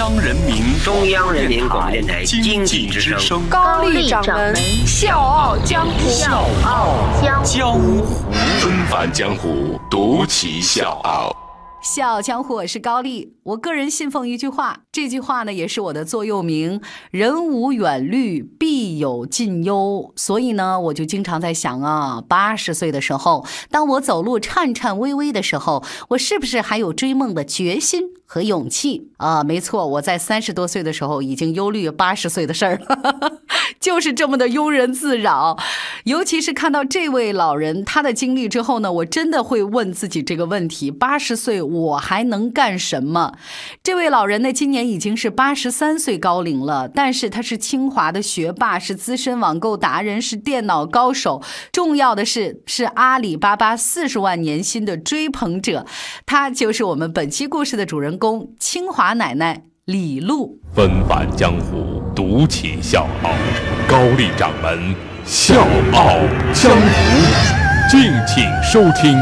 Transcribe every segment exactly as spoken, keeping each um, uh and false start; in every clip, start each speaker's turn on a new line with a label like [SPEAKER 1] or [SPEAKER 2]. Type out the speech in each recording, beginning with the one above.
[SPEAKER 1] 央人民
[SPEAKER 2] 中央人民广播电台经济之声
[SPEAKER 3] 高丽掌门笑傲江湖，
[SPEAKER 2] 笑傲
[SPEAKER 1] 江湖，纷繁江湖，独骑笑傲。
[SPEAKER 4] 笑傲江湖，我是高丽。我个人信奉一句话，这句话呢也是我的座右铭：人无远虑，必有近忧。所以呢，我就经常在想啊，八十岁的时候，当我走路颤颤巍巍的时候，我是不是还有追梦的决心和勇气啊？没错，我在三十多岁的时候已经忧虑八十岁的事儿了，就是这么的庸人自扰。尤其是看到这位老人他的经历之后呢，我真的会问自己这个问题：八十岁我还能干什么？这位老人呢，今年已经是八十三岁高龄了，但是他是清华的学霸，是资深网购达人，是电脑高手，重要的是是阿里巴巴四十万年薪的追捧者。他就是我们本期故事的主人公，清华奶奶李璐。
[SPEAKER 1] 纷繁江湖，独骑笑傲，高丽掌门笑傲江湖，敬请收听。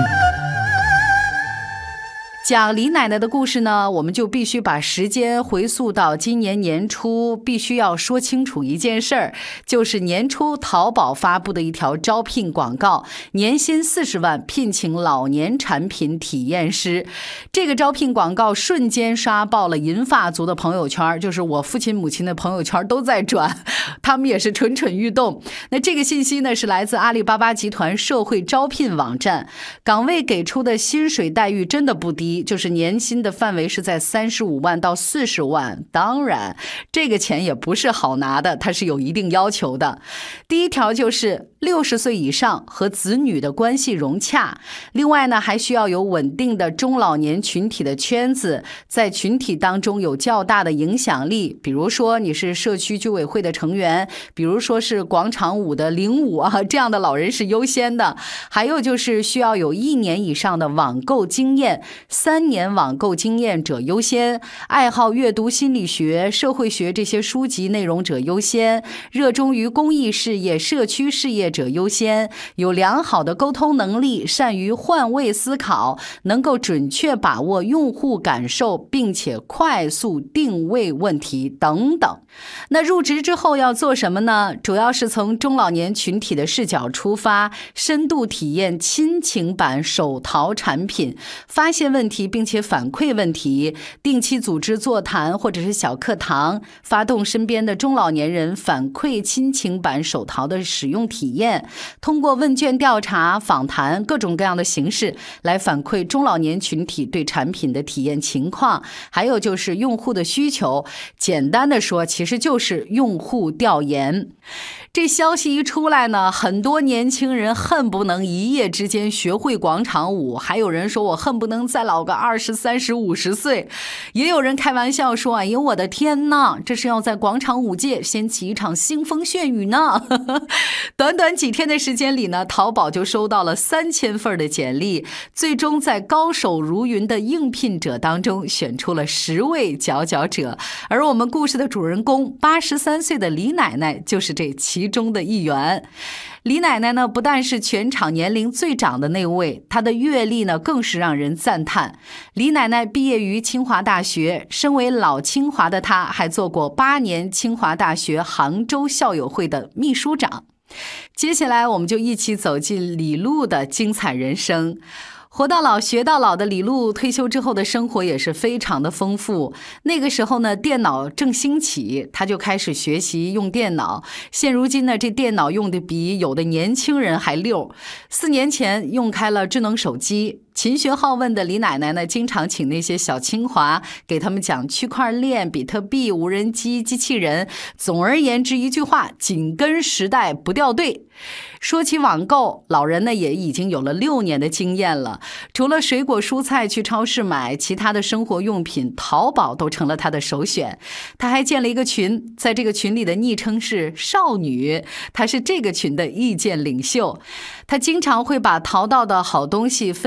[SPEAKER 4] 讲李奶奶的故事呢，我们就必须把时间回溯到今年年初，必须要说清楚一件事儿，就是年初淘宝发布的一条招聘广告，年薪四十万，聘请老年产品体验师。这个招聘广告瞬间刷爆了银发族的朋友圈，就是我父亲母亲的朋友圈都在转，他们也是蠢蠢欲动。那这个信息呢，是来自阿里巴巴集团社会招聘网站，岗位给出的薪水待遇真的不低，就是年薪的范围是在三十五万到四十万。当然这个钱也不是好拿的，它是有一定要求的。第一条就是六十岁以上和子女的关系融洽，另外呢还需要有稳定的中老年群体的圈子，在群体当中有较大的影响力，比如说你是社区居委会的成员，比如说是广场舞的领舞啊，这样的老人是优先的。还有就是需要有一年以上的网购经验，三年网购经验者优先，爱好阅读心理学、社会学这些书籍内容者优先，热衷于公益事业、社区事业者优先，有良好的沟通能力，善于换位思考，能够准确把握用户感受，并且快速定位问题等等。那入职之后要做什么呢？主要是从中老年群体的视角出发，深度体验亲情版手淘产品，发现问题并且反馈问题，定期组织座谈或者是小课堂，发动身边的中老年人反馈亲情版手淘的使用体验，通过问卷调查、访谈各种各样的形式来反馈中老年群体对产品的体验情况，还有就是用户的需求。简单的说，其实就是用户调研。这消息一出来呢，很多年轻人恨不能一夜之间学会广场舞，还有人说我恨不能再老个二十三十五十岁，也有人开玩笑说，哎呦我的天哪，这是要在广场舞界掀起一场腥风血雨呢。短短几天的时间里呢，淘宝就收到了三千份的简历，最终在高手如云的应聘者当中选出了十位佼佼者，而我们故事的主人公八十三岁的李奶奶就是这其中的一员。李奶奶呢，不但是全场年龄最长的那位，她的阅历呢更是让人赞叹。李奶奶毕业于清华大学，身为老清华的她，还做过八年清华大学杭州校友会的秘书长。接下来我们就一起走进李璐的精彩人生。活到老学到老的李璐退休之后的生活也是非常的丰富。那个时候呢，电脑正兴起，他就开始学习用电脑。现如今呢，这电脑用的比有的年轻人还溜。四年前用开了智能手机。勤学好问的李奶奶呢，经常请那些小清华给他们讲区块链、比特币、无人机、机器人。总而言之一句话，紧跟时代不掉队。说起网购，老人呢也已经有了六年的经验了。除了水果蔬菜去超市买，其他的生活用品淘宝都成了他的首选。他还建了一个群，在这个群里的昵称是少女，他是这个群的意见领袖。他经常会把淘到的好东西分享到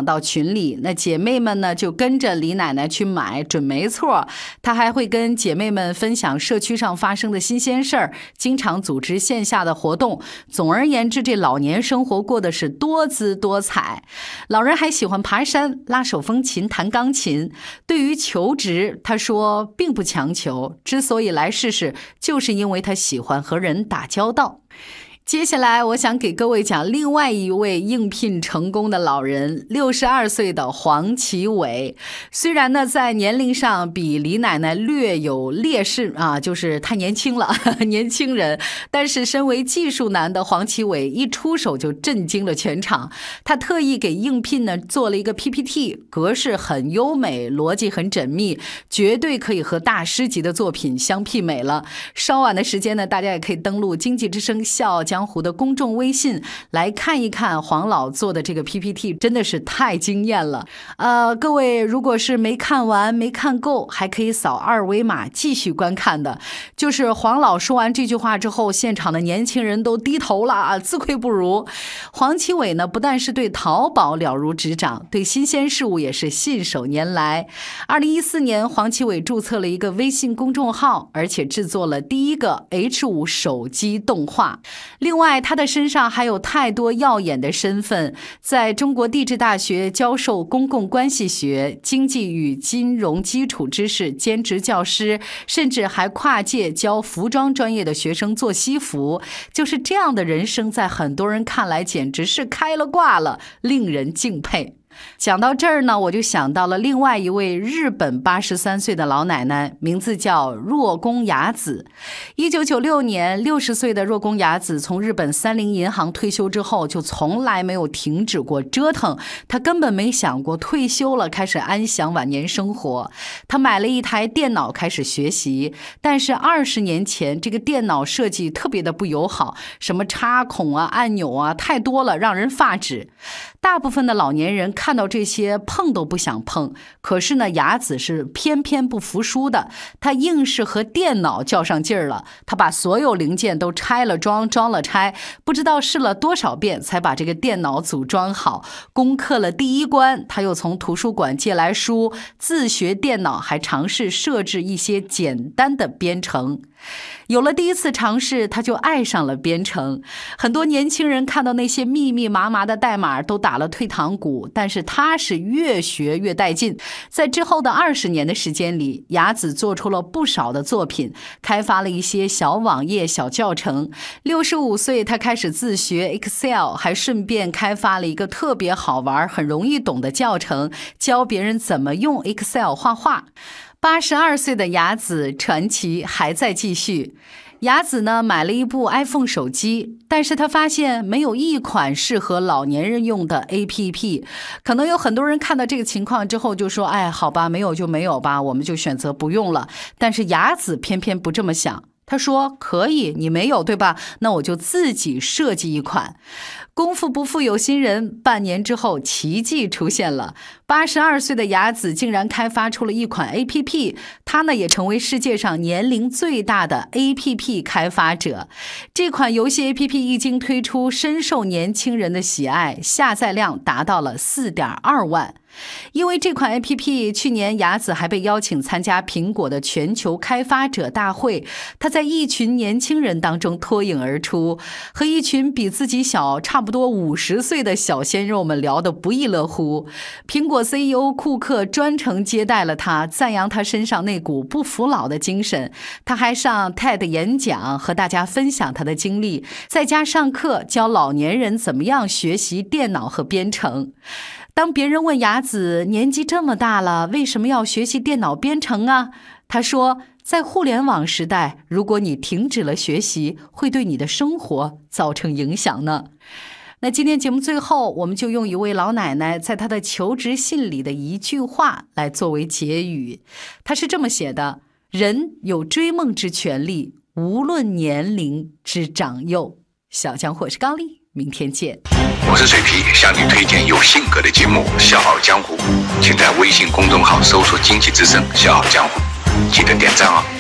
[SPEAKER 4] 到群里，那姐妹们呢就跟着李奶奶去买，准没错。她还会跟姐妹们分享社区上发生的新鲜事儿，经常组织线下的活动。总而言之，这老年生活过的是多姿多彩。老人还喜欢爬山、拉手风琴、弹钢琴。对于求职，他说并不强求，之所以来试试，就是因为他喜欢和人打交道。接下来我想给各位讲另外一位应聘成功的老人，六十二岁的黄奇伟。虽然呢在年龄上比李奶奶略有劣势啊，就是太年轻了，年轻人，但是身为技术男的黄奇伟一出手就震惊了全场。他特意给应聘呢做了一个 P P T， 格式很优美，逻辑很缜密，绝对可以和大师级的作品相媲美了。稍晚的时间呢，大家也可以登录经济之声笑傲江湖的公众微信来看一看黄老做的这个 P P T， 真的是太惊艳了。呃，各位如果是没看完没看够，还可以扫二维码继续观看的。就是黄老说完这句话之后，现场的年轻人都低头了啊，自愧不如。黄奇伟呢，不但是对淘宝了如指掌，对新鲜事物也是信手拈来。二零一四年，黄奇伟注册了一个微信公众号，而且制作了第一个 H 五 手机动画。另外，他的身上还有太多耀眼的身份，在中国地质大学教授公共关系学、经济与金融基础知识，兼职教师，甚至还跨界教服装专业的学生做西服。就是这样的人生，在很多人看来简直是开了挂了，令人敬佩。讲到这儿呢，我就想到了另外一位日本八十三岁的老奶奶，名字叫若宫雅子。一九九六年，六十岁的若宫雅子从日本三菱银行退休之后，就从来没有停止过折腾。她根本没想过退休了开始安享晚年生活。她买了一台电脑开始学习，但是二十年前这个电脑设计特别的不友好，什么插孔啊、按钮啊太多了，让人发指。大部分的老年人看到这些碰都不想碰，可是呢，雅子是偏偏不服输的，她硬是和电脑较上劲儿了。她把所有零件都拆了装，装了拆，不知道试了多少遍才把这个电脑组装好。攻克了第一关，她又从图书馆借来书，自学电脑，还尝试设置一些简单的编程。有了第一次尝试，他就爱上了编程。很多年轻人看到那些密密麻麻的代码都打了退堂鼓，但是他是越学越带劲。在之后的二十年的时间里，雅子做出了不少的作品，开发了一些小网页、小教程。六十五岁，他开始自学 Excel， 还顺便开发了一个特别好玩、很容易懂的教程，教别人怎么用 Excel 画画。八十二岁的雅子传奇还在继续。雅子呢买了一部 iPhone 手机，但是她发现没有一款适合老年人用的 A P P。 可能有很多人看到这个情况之后就说，哎，好吧，没有就没有吧，我们就选择不用了。但是雅子偏偏不这么想，他说可以，你没有对吧？那我就自己设计一款。功夫不负有心人，半年之后奇迹出现了。八十二岁的雅子竟然开发出了一款 A P P， 她呢也成为世界上年龄最大的 A P P 开发者。这款游戏 A P P 一经推出，深受年轻人的喜爱，下载量达到了 四点二万。因为这款 A P P， 去年雅子还被邀请参加苹果的全球开发者大会，她在一群年轻人当中脱颖而出，和一群比自己小差不多五十岁的小鲜肉们聊得不亦乐乎。苹果 C E O 库克专程接待了她，赞扬她身上那股不服老的精神。她还上 T E D 演讲，和大家分享她的经历，在家上课教老年人怎么样学习电脑和编程。当别人问雅子年纪这么大了，为什么要学习电脑编程啊？他说，在互联网时代，如果你停止了学习，会对你的生活造成影响呢。那今天节目最后，我们就用一位老奶奶在她的求职信里的一句话来作为结语。她是这么写的：人有追梦之权利，无论年龄之长幼。小江或是高丽，明天见。
[SPEAKER 5] 我是水皮，向你推荐有性格的节目《笑傲江湖》，请在微信公众号搜索经济之声笑傲江湖，记得点赞哦。